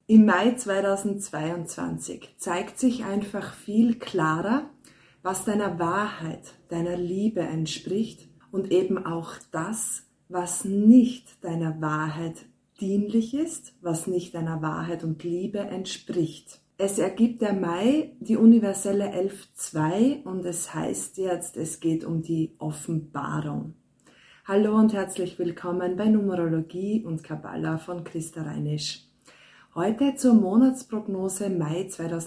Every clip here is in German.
Im Mai 2022 zeigt sich einfach viel klarer, was deiner Wahrheit, deiner Liebe entspricht und eben auch das, was nicht deiner Wahrheit dienlich ist, was nicht deiner Wahrheit und Liebe entspricht. Es ergibt der Mai die universelle 11.2 und es heißt jetzt, es geht um die Offenbarung. Hallo und herzlich willkommen bei Numerologie und Kabbala von Christa Reinisch. Heute zur Monatsprognose Mai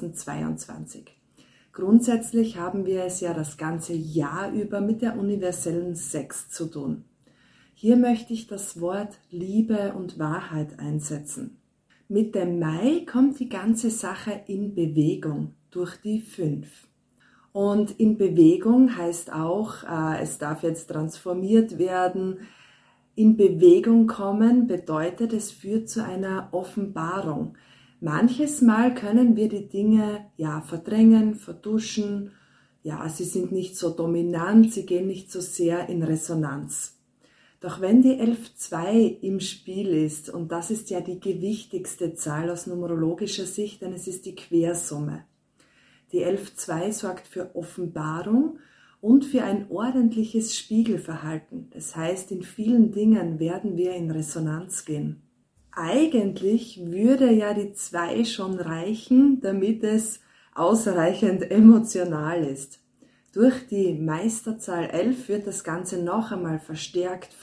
2022. Grundsätzlich haben wir es ja das ganze Jahr über mit der universellen 6 zu tun. Hier möchte ich das Wort Liebe und Wahrheit einsetzen. Mit dem Mai kommt die ganze Sache in Bewegung durch die 5. Und in Bewegung heißt auch, es darf jetzt transformiert werden. In Bewegung kommen bedeutet, es führt zu einer Offenbarung. Manches Mal können wir die Dinge verdrängen, vertuschen. Sie sind nicht so dominant, sie gehen nicht so sehr in Resonanz. Doch wenn die 11.2 im Spiel ist, und das ist ja die gewichtigste Zahl aus numerologischer Sicht, denn es ist die Quersumme. Die 11.2 sorgt für Offenbarung und für ein ordentliches Spiegelverhalten. Das heißt, in vielen Dingen werden wir in Resonanz gehen. Eigentlich würde ja die 2 schon reichen, damit es ausreichend emotional ist. Durch die Meisterzahl 11 wird das Ganze noch einmal verstärkt,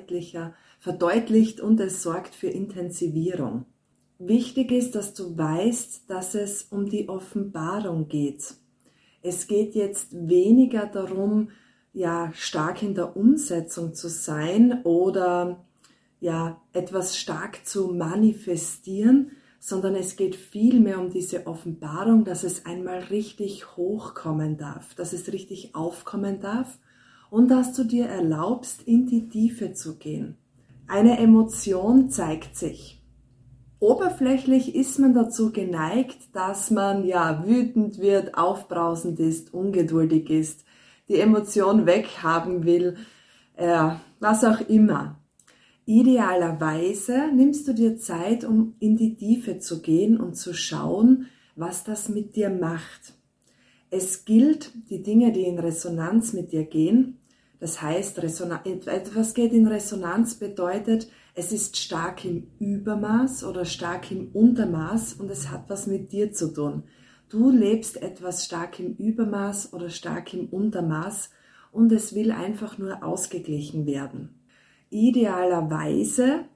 verdeutlicht und es sorgt für Intensivierung. Wichtig ist, dass du weißt, dass es um die Offenbarung geht. Es geht jetzt weniger darum, stark in der Umsetzung zu sein oder etwas stark zu manifestieren, sondern es geht vielmehr um diese Offenbarung, dass es einmal richtig hochkommen darf, dass es richtig aufkommen darf und dass du dir erlaubst, in die Tiefe zu gehen. Eine Emotion zeigt sich. Oberflächlich ist man dazu geneigt, dass man wütend wird, aufbrausend ist, ungeduldig ist, die Emotion weghaben will, was auch immer. Idealerweise nimmst du dir Zeit, um in die Tiefe zu gehen und zu schauen, was das mit dir macht. Es gilt, die Dinge, die in Resonanz mit dir gehen, das heißt, etwas geht in Resonanz bedeutet, es ist stark im Übermaß oder stark im Untermaß und es hat was mit dir zu tun. Du lebst etwas stark im Übermaß oder stark im Untermaß und es will einfach nur ausgeglichen werden. Idealerweise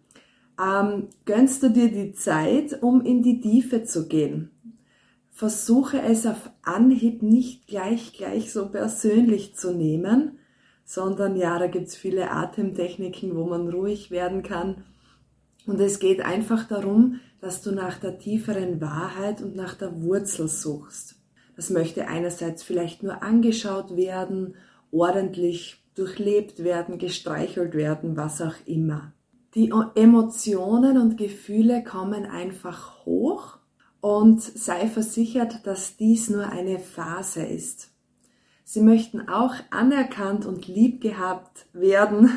gönnst du dir die Zeit, um in die Tiefe zu gehen. Versuche es auf Anhieb nicht gleich so persönlich zu nehmen, sondern da gibt es viele Atemtechniken, wo man ruhig werden kann. Und es geht einfach darum, dass du nach der tieferen Wahrheit und nach der Wurzel suchst. Das möchte einerseits vielleicht nur angeschaut werden, ordentlich durchlebt werden, gestreichelt werden, was auch immer. Die Emotionen und Gefühle kommen einfach hoch und sei versichert, dass dies nur eine Phase ist. Sie möchten auch anerkannt und lieb gehabt werden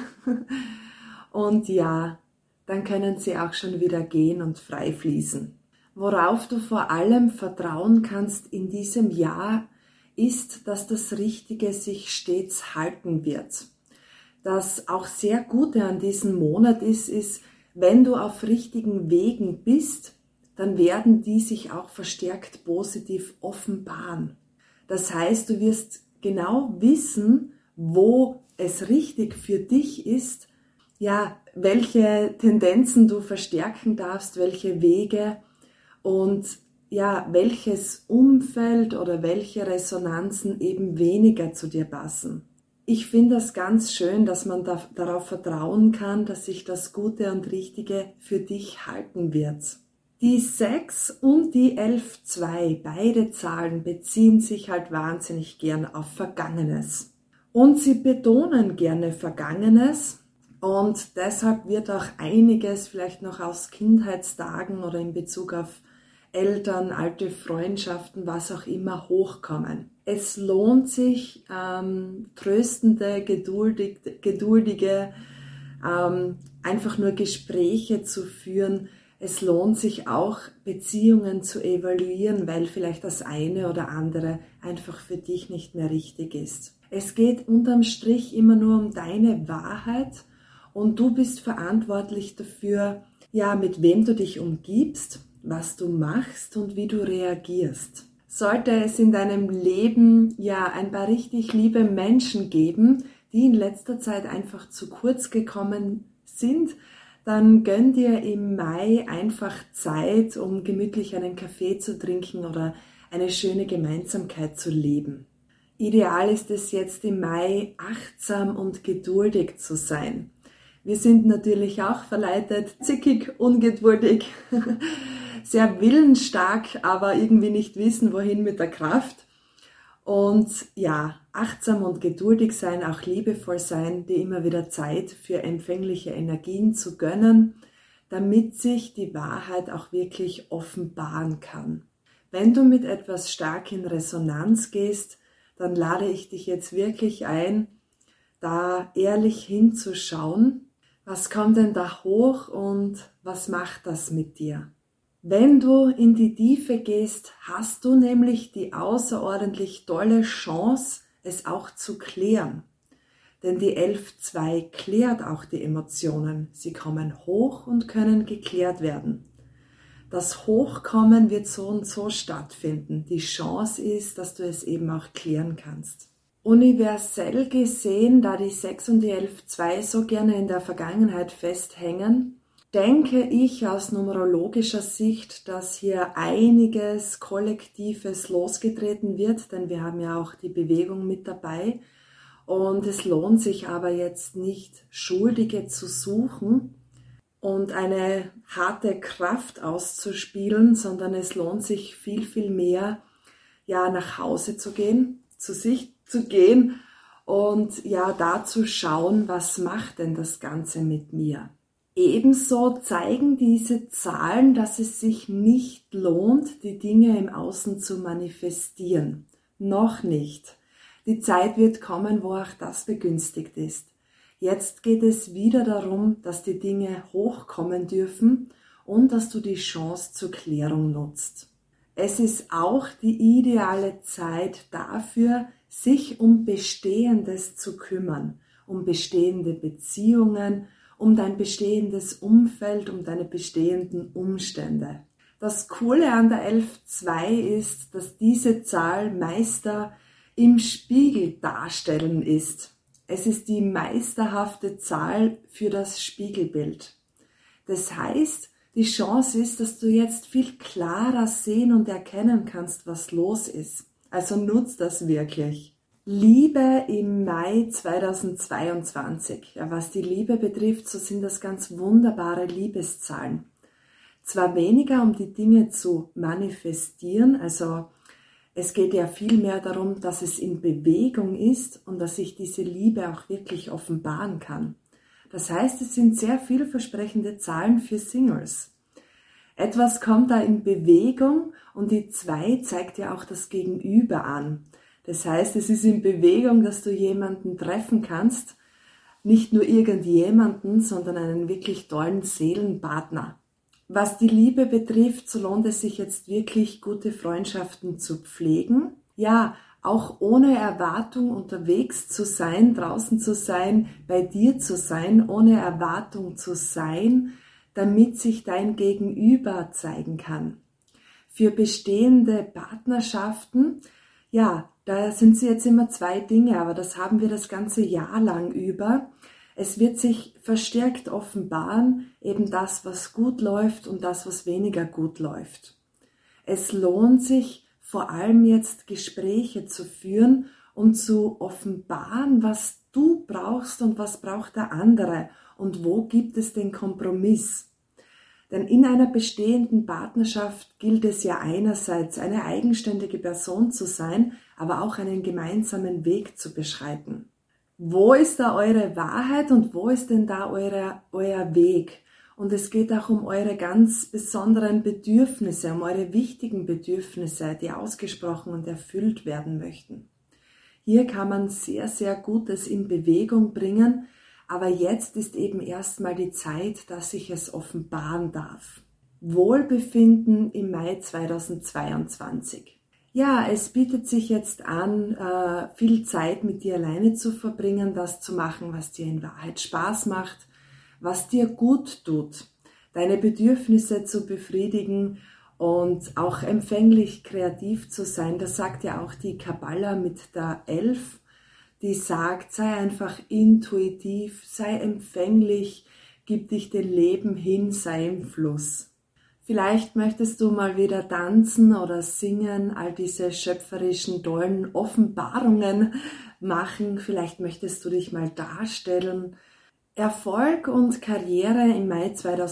und dann können sie auch schon wieder gehen und frei fließen. Worauf du vor allem vertrauen kannst in diesem Jahr, ist, dass das Richtige sich stets halten wird. Das auch sehr Gute an diesem Monat ist, wenn du auf richtigen Wegen bist, dann werden die sich auch verstärkt positiv offenbaren. Das heißt, du wirst genau wissen, wo es richtig für dich ist, welche Tendenzen du verstärken darfst, welche Wege und welches Umfeld oder welche Resonanzen eben weniger zu dir passen. Ich finde das ganz schön, dass man darauf vertrauen kann, dass sich das Gute und Richtige für dich halten wird. Die 6 und die 11.2, beide Zahlen beziehen sich halt wahnsinnig gern auf Vergangenes. Und sie betonen gerne Vergangenes und deshalb wird auch einiges vielleicht noch aus Kindheitstagen oder in Bezug auf Eltern, alte Freundschaften, was auch immer hochkommen. Es lohnt sich, tröstende, geduldige, einfach nur Gespräche zu führen, Es lohnt sich auch, Beziehungen zu evaluieren, weil vielleicht das eine oder andere einfach für dich nicht mehr richtig ist. Es geht unterm Strich immer nur um deine Wahrheit und du bist verantwortlich dafür, ja, mit wem du dich umgibst, was du machst und wie du reagierst. Sollte es in deinem Leben ja ein paar richtig liebe Menschen geben, die in letzter Zeit einfach zu kurz gekommen sind, dann gönn dir im Mai einfach Zeit, um gemütlich einen Kaffee zu trinken oder eine schöne Gemeinsamkeit zu leben. Ideal ist es jetzt im Mai, achtsam und geduldig zu sein. Wir sind natürlich auch verleitet, zickig, ungeduldig, sehr willensstark, aber irgendwie nicht wissen, wohin mit der Kraft. Und ja, achtsam und geduldig sein, auch liebevoll sein, dir immer wieder Zeit für empfängliche Energien zu gönnen, damit sich die Wahrheit auch wirklich offenbaren kann. Wenn du mit etwas stark in Resonanz gehst, dann lade ich dich jetzt wirklich ein, da ehrlich hinzuschauen, was kommt denn da hoch und was macht das mit dir? Wenn du in die Tiefe gehst, hast du nämlich die außerordentlich tolle Chance, es auch zu klären. Denn die 11.2 klärt auch die Emotionen. Sie kommen hoch und können geklärt werden. Das Hochkommen wird so und so stattfinden. Die Chance ist, dass du es eben auch klären kannst. Universell gesehen, da die 6 und die 11.2 so gerne in der Vergangenheit festhängen, denke ich aus numerologischer Sicht, dass hier einiges Kollektives losgetreten wird, denn wir haben ja auch die Bewegung mit dabei und es lohnt sich aber jetzt nicht, Schuldige zu suchen und eine harte Kraft auszuspielen, sondern es lohnt sich viel, viel mehr, ja, nach Hause zu gehen, zu sich zu gehen und ja, da zu schauen, was macht denn das Ganze mit mir? Ebenso zeigen diese Zahlen, dass es sich nicht lohnt, die Dinge im Außen zu manifestieren. Noch nicht. Die Zeit wird kommen, wo auch das begünstigt ist. Jetzt geht es wieder darum, dass die Dinge hochkommen dürfen und dass du die Chance zur Klärung nutzt. Es ist auch die ideale Zeit dafür, sich um Bestehendes zu kümmern, um bestehende Beziehungen, um dein bestehendes Umfeld, um deine bestehenden Umstände. Das Coole an der 11.2 ist, dass diese Zahl Meister im Spiegel darstellen ist. Es ist die meisterhafte Zahl für das Spiegelbild. Das heißt, die Chance ist, dass du jetzt viel klarer sehen und erkennen kannst, was los ist. Also nutz das wirklich. Liebe im Mai 2022. Ja, was die Liebe betrifft, so sind das ganz wunderbare Liebeszahlen. Zwar weniger, um die Dinge zu manifestieren, also es geht ja viel mehr darum, dass es in Bewegung ist und dass ich diese Liebe auch wirklich offenbaren kann. Das heißt, es sind sehr vielversprechende Zahlen für Singles. Etwas kommt da in Bewegung und die 2 zeigt ja auch das Gegenüber an. Das heißt, es ist in Bewegung, dass du jemanden treffen kannst, nicht nur irgendjemanden, sondern einen wirklich tollen Seelenpartner. Was die Liebe betrifft, so lohnt es sich jetzt wirklich, gute Freundschaften zu pflegen. Ja, auch ohne Erwartung unterwegs zu sein, draußen zu sein, bei dir zu sein, ohne Erwartung zu sein, damit sich dein Gegenüber zeigen kann. Für bestehende Partnerschaften, ja, da sind es jetzt immer 2 Dinge, aber das haben wir das ganze Jahr lang über. Es wird sich verstärkt offenbaren, eben das, was gut läuft und das, was weniger gut läuft. Es lohnt sich vor allem jetzt Gespräche zu führen und zu offenbaren, was du brauchst und was braucht der andere und wo gibt es den Kompromiss. Denn in einer bestehenden Partnerschaft gilt es ja einerseits, eine eigenständige Person zu sein, aber auch einen gemeinsamen Weg zu beschreiten. Wo ist da eure Wahrheit und wo ist denn da euer Weg? Und es geht auch um eure ganz besonderen Bedürfnisse, um eure wichtigen Bedürfnisse, die ausgesprochen und erfüllt werden möchten. Hier kann man sehr, sehr Gutes in Bewegung bringen, aber jetzt ist eben erstmal die Zeit, dass ich es offenbaren darf. Wohlbefinden im Mai 2022. Ja, es bietet sich jetzt an, viel Zeit mit dir alleine zu verbringen, das zu machen, was dir in Wahrheit Spaß macht, was dir gut tut, deine Bedürfnisse zu befriedigen und auch empfänglich kreativ zu sein. Das sagt ja auch die Kabbala mit der 11, die sagt, sei einfach intuitiv, sei empfänglich, gib dich dem Leben hin, sei im Fluss. Vielleicht möchtest du mal wieder tanzen oder singen, all diese schöpferischen, tollen Offenbarungen machen. Vielleicht möchtest du dich mal darstellen. Erfolg und Karriere im Mai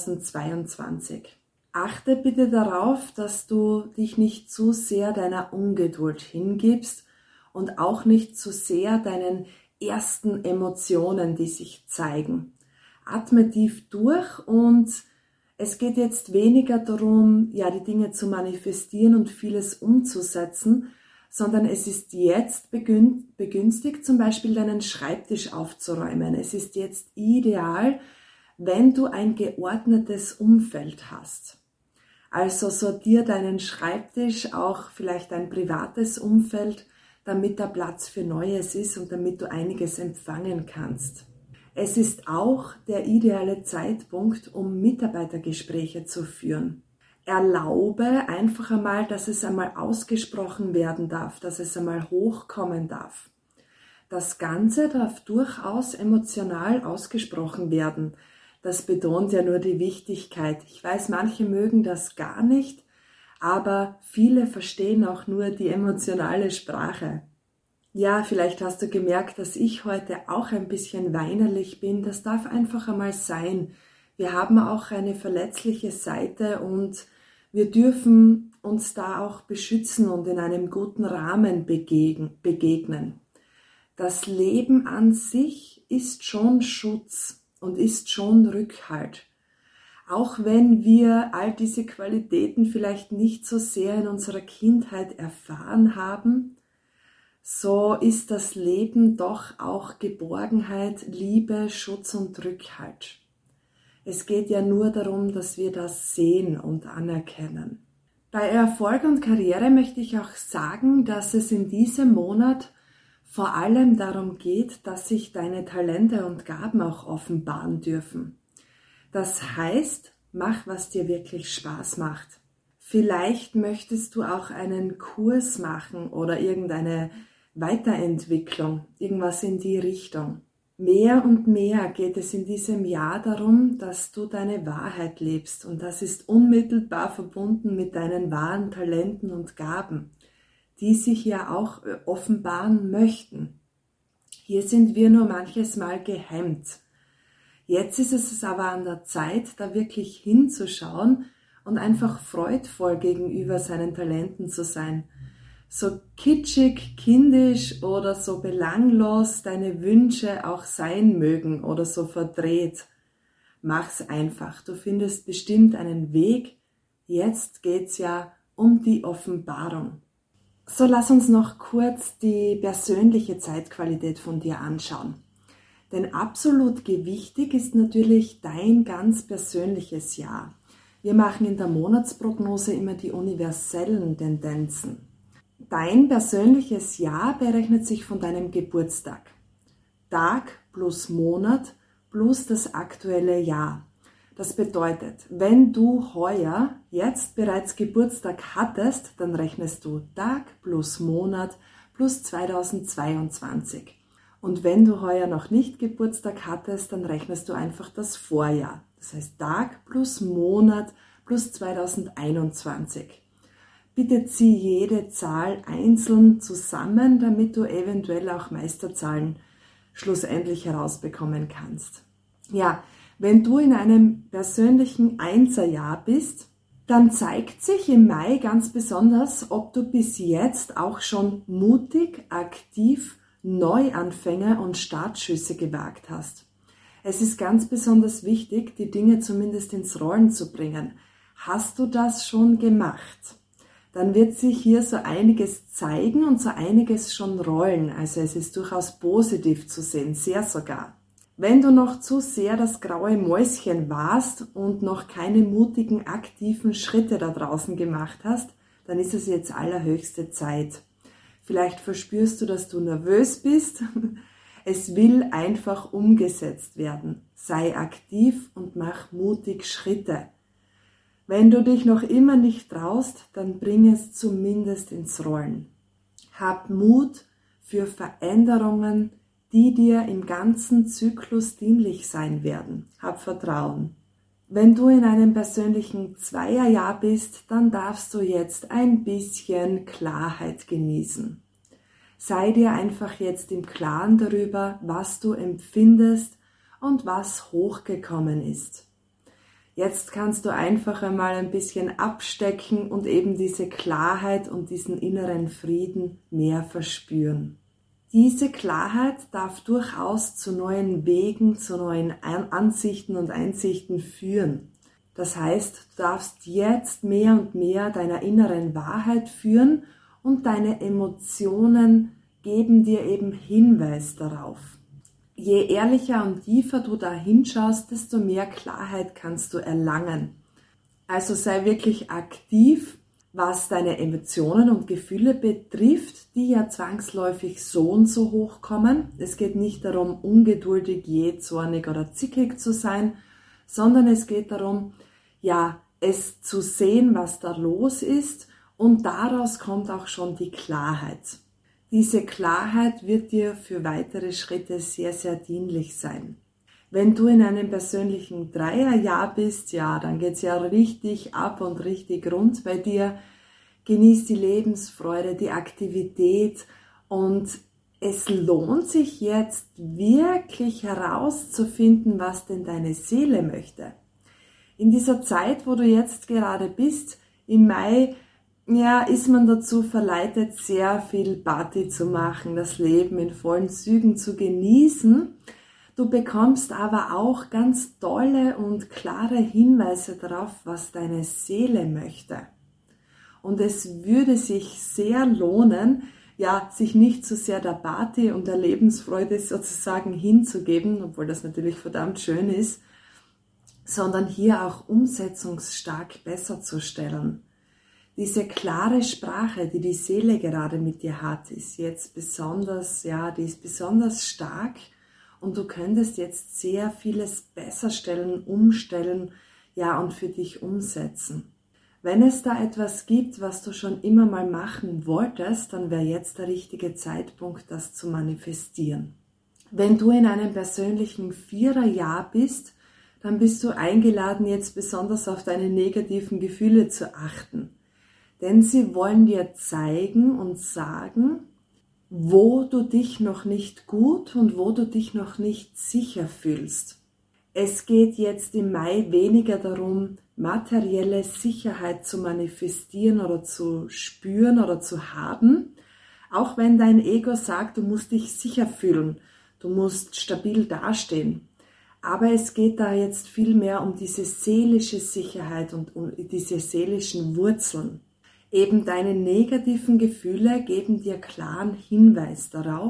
2022. Achte bitte darauf, dass du dich nicht zu sehr deiner Ungeduld hingibst und auch nicht zu sehr deinen ersten Emotionen, die sich zeigen. Atme tief durch und es geht jetzt weniger darum, ja, die Dinge zu manifestieren und vieles umzusetzen, sondern es ist jetzt begünstigt, zum Beispiel deinen Schreibtisch aufzuräumen. Es ist jetzt ideal, wenn du ein geordnetes Umfeld hast. Also sortier deinen Schreibtisch, auch vielleicht ein privates Umfeld, damit da Platz für Neues ist und damit du einiges empfangen kannst. Es ist auch der ideale Zeitpunkt, um Mitarbeitergespräche zu führen. Erlaube einfach einmal, dass es einmal ausgesprochen werden darf, dass es einmal hochkommen darf. Das Ganze darf durchaus emotional ausgesprochen werden. Das betont ja nur die Wichtigkeit. Ich weiß, manche mögen das gar nicht, aber viele verstehen auch nur die emotionale Sprache. Ja, vielleicht hast du gemerkt, dass ich heute auch ein bisschen weinerlich bin. Das darf einfach einmal sein. Wir haben auch eine verletzliche Seite und wir dürfen uns da auch beschützen und in einem guten Rahmen begegnen. Das Leben an sich ist schon Schutz und ist schon Rückhalt. Auch wenn wir all diese Qualitäten vielleicht nicht so sehr in unserer Kindheit erfahren haben, so ist das Leben doch auch Geborgenheit, Liebe, Schutz und Rückhalt. Es geht ja nur darum, dass wir das sehen und anerkennen. Bei Erfolg und Karriere möchte ich auch sagen, dass es in diesem Monat vor allem darum geht, dass sich deine Talente und Gaben auch offenbaren dürfen. Das heißt, mach, was dir wirklich Spaß macht. Vielleicht möchtest du auch einen Kurs machen oder irgendeine Weiterentwicklung, irgendwas in die Richtung. Mehr und mehr geht es in diesem Jahr darum, dass du deine Wahrheit lebst und das ist unmittelbar verbunden mit deinen wahren Talenten und Gaben, die sich ja auch offenbaren möchten. Hier sind wir nur manches Mal gehemmt. Jetzt ist es aber an der Zeit, da wirklich hinzuschauen und einfach freudvoll gegenüber seinen Talenten zu sein. So kitschig, kindisch oder so belanglos deine Wünsche auch sein mögen oder so verdreht. Mach's einfach, du findest bestimmt einen Weg. Jetzt geht's ja um die Offenbarung. So, lass uns noch kurz die persönliche Zeitqualität von dir anschauen. Denn absolut gewichtig ist natürlich dein ganz persönliches Jahr. Wir machen in der Monatsprognose immer die universellen Tendenzen. Dein persönliches Jahr berechnet sich von deinem Geburtstag. Tag plus Monat plus das aktuelle Jahr. Das bedeutet, wenn du heuer jetzt bereits Geburtstag hattest, dann rechnest du Tag plus Monat plus 2022. Und wenn du heuer noch nicht Geburtstag hattest, dann rechnest du einfach das Vorjahr. Das heißt Tag plus Monat plus 2021. Bitte zieh jede Zahl einzeln zusammen, damit du eventuell auch Meisterzahlen schlussendlich herausbekommen kannst. Ja, wenn du in einem persönlichen Einserjahr bist, dann zeigt sich im Mai ganz besonders, ob du bis jetzt auch schon mutig, aktiv Neuanfänge und Startschüsse gewagt hast. Es ist ganz besonders wichtig, die Dinge zumindest ins Rollen zu bringen. Hast du das schon gemacht? Dann wird sich hier so einiges zeigen und so einiges schon rollen. Also es ist durchaus positiv zu sehen, sehr sogar. Wenn du noch zu sehr das graue Mäuschen warst und noch keine mutigen, aktiven Schritte da draußen gemacht hast, dann ist es jetzt allerhöchste Zeit. Vielleicht verspürst du, dass du nervös bist. Es will einfach umgesetzt werden. Sei aktiv und mach mutig Schritte. Wenn du dich noch immer nicht traust, dann bring es zumindest ins Rollen. Hab Mut für Veränderungen, die dir im ganzen Zyklus dienlich sein werden. Hab Vertrauen. Wenn du in einem persönlichen Zweierjahr bist, dann darfst du jetzt ein bisschen Klarheit genießen. Sei dir einfach jetzt im Klaren darüber, was du empfindest und was hochgekommen ist. Jetzt kannst du einfach einmal ein bisschen abstecken und eben diese Klarheit und diesen inneren Frieden mehr verspüren. Diese Klarheit darf durchaus zu neuen Wegen, zu neuen Ansichten und Einsichten führen. Das heißt, du darfst jetzt mehr und mehr deiner inneren Wahrheit führen und deine Emotionen geben dir eben Hinweis darauf. Je ehrlicher und tiefer du da hinschaust, desto mehr Klarheit kannst du erlangen. Also sei wirklich aktiv, was deine Emotionen und Gefühle betrifft, die ja zwangsläufig so und so hochkommen. Es geht nicht darum, ungeduldig, jähzornig oder zickig zu sein, sondern es geht darum, ja, es zu sehen, was da los ist, und daraus kommt auch schon die Klarheit. Diese Klarheit wird dir für weitere Schritte sehr, sehr dienlich sein. Wenn du in einem persönlichen Dreierjahr bist, ja, dann geht's ja richtig ab und richtig rund bei dir. Genieß die Lebensfreude, die Aktivität, und es lohnt sich jetzt wirklich herauszufinden, was denn deine Seele möchte. In dieser Zeit, wo du jetzt gerade bist, im Mai, ja, ist man dazu verleitet, sehr viel Party zu machen, das Leben in vollen Zügen zu genießen. Du bekommst aber auch ganz tolle und klare Hinweise darauf, was deine Seele möchte. Und es würde sich sehr lohnen, ja, sich nicht zu sehr der Party und der Lebensfreude sozusagen hinzugeben, obwohl das natürlich verdammt schön ist, sondern hier auch umsetzungsstark besser zu stellen. Diese klare Sprache, die die Seele gerade mit dir hat, ist jetzt besonders, ja, die ist besonders stark, und du könntest jetzt sehr vieles besser stellen, umstellen, ja, und für dich umsetzen. Wenn es da etwas gibt, was du schon immer mal machen wolltest, dann wäre jetzt der richtige Zeitpunkt, das zu manifestieren. Wenn du in einem persönlichen Viererjahr bist, dann bist du eingeladen, jetzt besonders auf deine negativen Gefühle zu achten. Denn sie wollen dir zeigen und sagen, wo du dich noch nicht gut und wo du dich noch nicht sicher fühlst. Es geht jetzt im Mai weniger darum, materielle Sicherheit zu manifestieren oder zu spüren oder zu haben, auch wenn dein Ego sagt, du musst dich sicher fühlen, du musst stabil dastehen. Aber es geht da jetzt viel mehr um diese seelische Sicherheit und um diese seelischen Wurzeln. Eben deine negativen Gefühle geben dir klaren Hinweis darauf,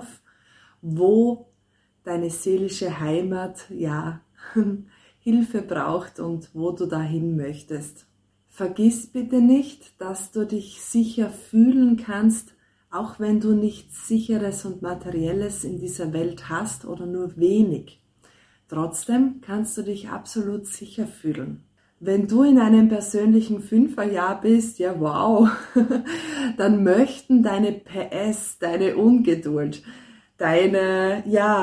wo deine seelische Heimat, ja, Hilfe braucht und wo du dahin möchtest. Vergiss bitte nicht, dass du dich sicher fühlen kannst, auch wenn du nichts Sicheres und Materielles in dieser Welt hast oder nur wenig. Trotzdem kannst du dich absolut sicher fühlen. Wenn du in einem persönlichen Fünferjahr bist, ja wow, dann möchten deine PS, deine Ungeduld, deine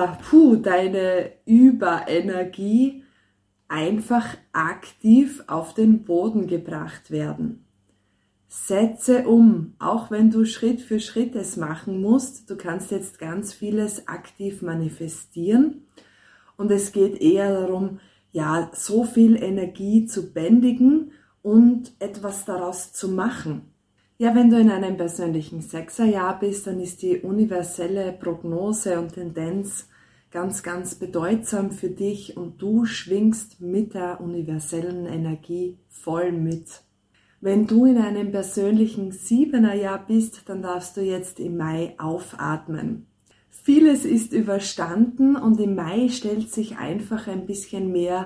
Überenergie einfach aktiv auf den Boden gebracht werden. Setze um, auch wenn du Schritt für Schritt es machen musst. Du kannst jetzt ganz vieles aktiv manifestieren, und es geht eher darum, ja, so viel Energie zu bändigen und etwas daraus zu machen. Ja, wenn du in einem persönlichen Sechserjahr bist, dann ist die universelle Prognose und Tendenz ganz, ganz bedeutsam für dich, und du schwingst mit der universellen Energie voll mit. Wenn du in einem persönlichen Siebenerjahr bist, dann darfst du jetzt im Mai aufatmen. Vieles ist überstanden und im Mai stellt sich einfach ein bisschen mehr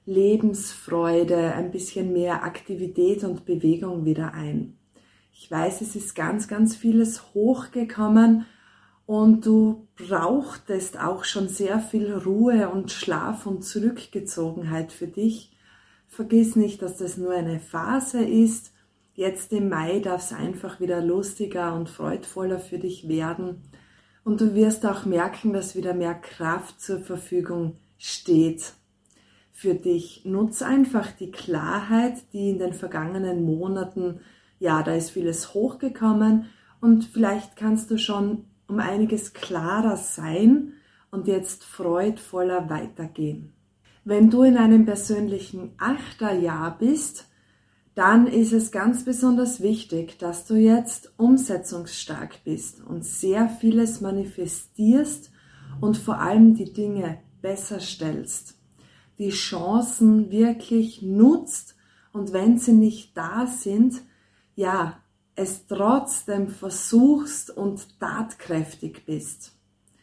Lebensfreude, ein bisschen mehr Aktivität und Bewegung wieder ein. Ich weiß, es ist ganz, ganz vieles hochgekommen und du brauchtest auch schon sehr viel Ruhe und Schlaf und Zurückgezogenheit für dich. Vergiss nicht, dass das nur eine Phase ist. Jetzt im Mai darf es einfach wieder lustiger und freudvoller für dich werden. Und du wirst auch merken, dass wieder mehr Kraft zur Verfügung steht für dich. Nutz einfach die Klarheit, die in den vergangenen Monaten, ja, da ist vieles hochgekommen und vielleicht kannst du schon um einiges klarer sein und jetzt freudvoller weitergehen. Wenn du in einem persönlichen Achterjahr bist, dann ist es ganz besonders wichtig, dass du jetzt umsetzungsstark bist und sehr vieles manifestierst und vor allem die Dinge besser stellst. Die Chancen wirklich nutzt und wenn sie nicht da sind, ja, es trotzdem versuchst und tatkräftig bist.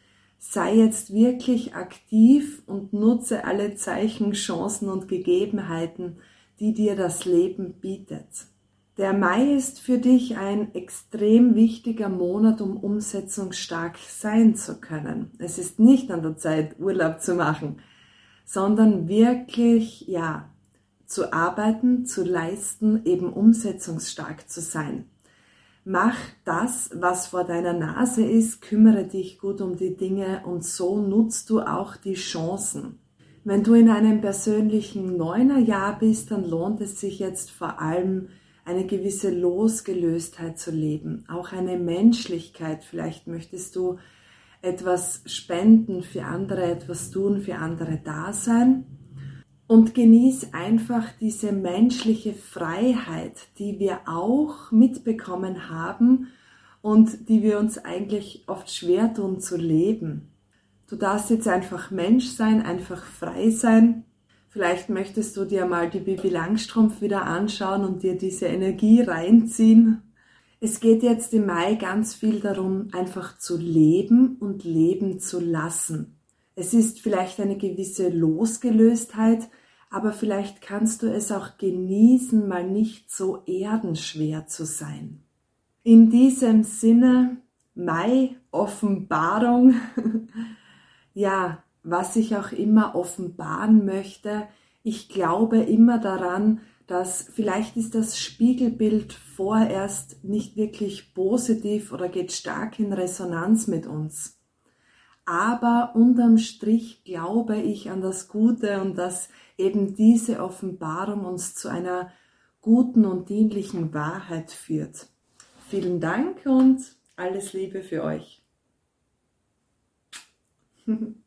Sei jetzt wirklich aktiv und nutze alle Zeichen, Chancen und Gegebenheiten, die dir das Leben bietet. Der Mai ist für dich ein extrem wichtiger Monat, um umsetzungsstark sein zu können. Es ist nicht an der Zeit, Urlaub zu machen, sondern wirklich, ja, zu arbeiten, zu leisten, eben umsetzungsstark zu sein. Mach das, was vor deiner Nase ist, kümmere dich gut um die Dinge und so nutzt du auch die Chancen. Wenn du in einem persönlichen Neunerjahr bist, dann lohnt es sich jetzt vor allem eine gewisse Losgelöstheit zu leben, auch eine Menschlichkeit. Vielleicht möchtest du etwas spenden für andere, etwas tun für andere da sein. Und genieß einfach diese menschliche Freiheit, die wir auch mitbekommen haben und die wir uns eigentlich oft schwer tun zu leben. Du darfst jetzt einfach Mensch sein, einfach frei sein. Vielleicht möchtest du dir mal die Bibi Langstrumpf wieder anschauen und dir diese Energie reinziehen. Es geht jetzt im Mai ganz viel darum, einfach zu leben und leben zu lassen. Es ist vielleicht eine gewisse Losgelöstheit, aber vielleicht kannst du es auch genießen, mal nicht so erdenschwer zu sein. In diesem Sinne, Mai, Offenbarung, ja, was ich auch immer offenbaren möchte, ich glaube immer daran, dass vielleicht ist das Spiegelbild vorerst nicht wirklich positiv oder geht stark in Resonanz mit uns. Aber unterm Strich glaube ich an das Gute und dass eben diese Offenbarung uns zu einer guten und dienlichen Wahrheit führt. Vielen Dank und alles Liebe für euch.